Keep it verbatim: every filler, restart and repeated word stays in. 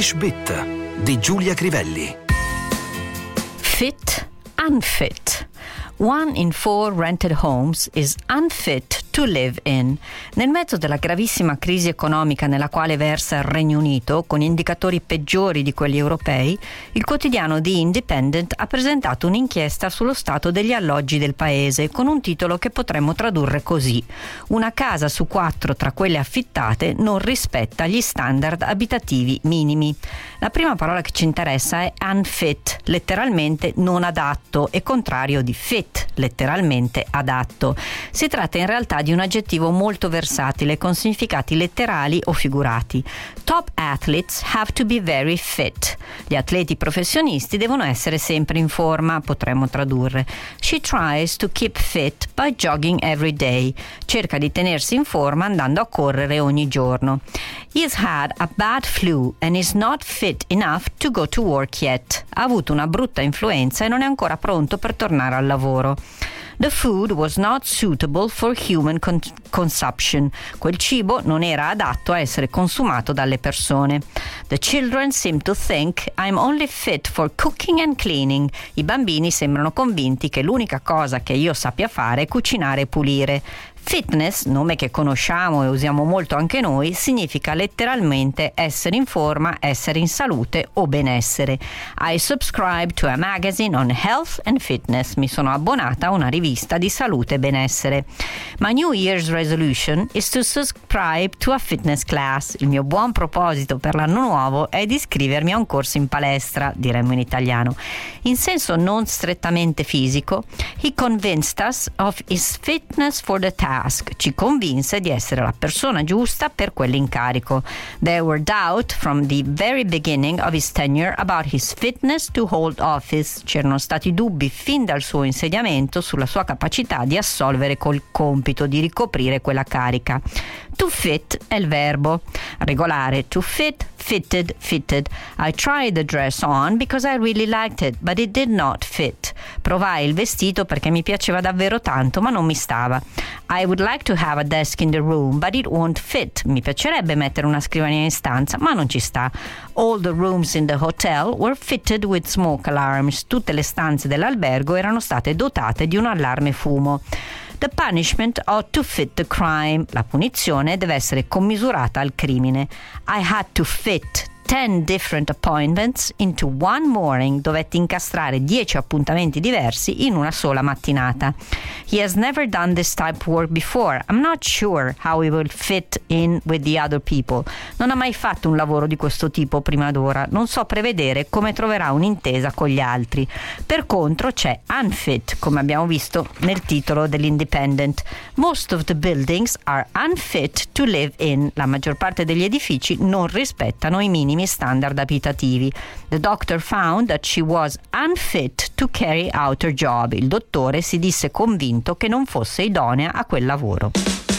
English Bit di Giulia Crivelli. Fit, unfit. One in four rented homes is unfit to live in. Nel mezzo della gravissima crisi economica nella quale versa il Regno Unito, con indicatori peggiori di quelli europei, il quotidiano The Independent ha presentato un'inchiesta sullo stato degli alloggi del paese, con un titolo che potremmo tradurre così: una casa su quattro tra quelle affittate non rispetta gli standard abitativi minimi. La prima parola che ci interessa è unfit, letteralmente non adatto, e contrario di fit, letteralmente adatto. Si tratta in realtà di un aggettivo molto versatile con significati letterali o figurati. Top athletes have to be very fit. Gli atleti professionisti devono essere sempre in forma, potremmo tradurre. She tries to keep fit by jogging every day. Cerca di tenersi in forma andando a correre ogni giorno. He's had a bad flu and is not fit enough to go to work yet. Ha avuto una brutta influenza e non è ancora pronto per tornare al lavoro. The food was not suitable for human con- consumption. Quel cibo non era adatto a essere consumato dalle persone. The children seem to think I'm only fit for cooking and cleaning. I bambini sembrano convinti che l'unica cosa che io sappia fare è cucinare e pulire. Fitness, nome che conosciamo e usiamo molto anche noi, significa letteralmente essere in forma, essere in salute o benessere. I subscribe to a magazine on health and fitness. Mi sono abbonata a una rivista di salute e benessere. My New Year's resolution is to subscribe to a fitness class. Il mio buon proposito per l'anno nuovo è di iscrivermi a un corso in palestra, diremmo in italiano. In senso non strettamente fisico, he convinced us of his fitness for the task. Ci convinse di essere la persona giusta per quell'incarico. There were doubts from the very beginning of his tenure about his fitness to hold office. C'erano stati dubbi fin dal suo insediamento sulla sua capacità di assolvere col compito di ricoprire quella carica. To fit è il verbo. Regolare: to fit, fitted, fitted. I tried the dress on because I really liked it, but it did not fit. Provai il vestito perché mi piaceva davvero tanto, ma non mi stava. I would like to have a desk in the room, but it won't fit. Mi piacerebbe mettere una scrivania in stanza, ma non ci sta. All the rooms in the hotel were fitted with smoke alarms. Tutte le stanze dell'albergo erano state dotate di un allarme fumo. The punishment ought to fit the crime. La punizione deve essere commisurata al crimine. I had to fit ten different appointments into one morning. Dovetti incastrare dieci appuntamenti diversi in una sola mattinata. He has never done this type of work before. I'm not sure how he will fit in with the other people. Non ha mai fatto un lavoro di questo tipo prima d'ora. Non so prevedere come troverà un'intesa con gli altri. Per contro c'è unfit, come abbiamo visto nel titolo dell'Independent. Most of the buildings are unfit to live in. La maggior parte degli edifici non rispettano i minimi standard abitativi. The doctor found that she was unfit to carry out her job. Il dottore si disse convinto che non fosse idonea a quel lavoro.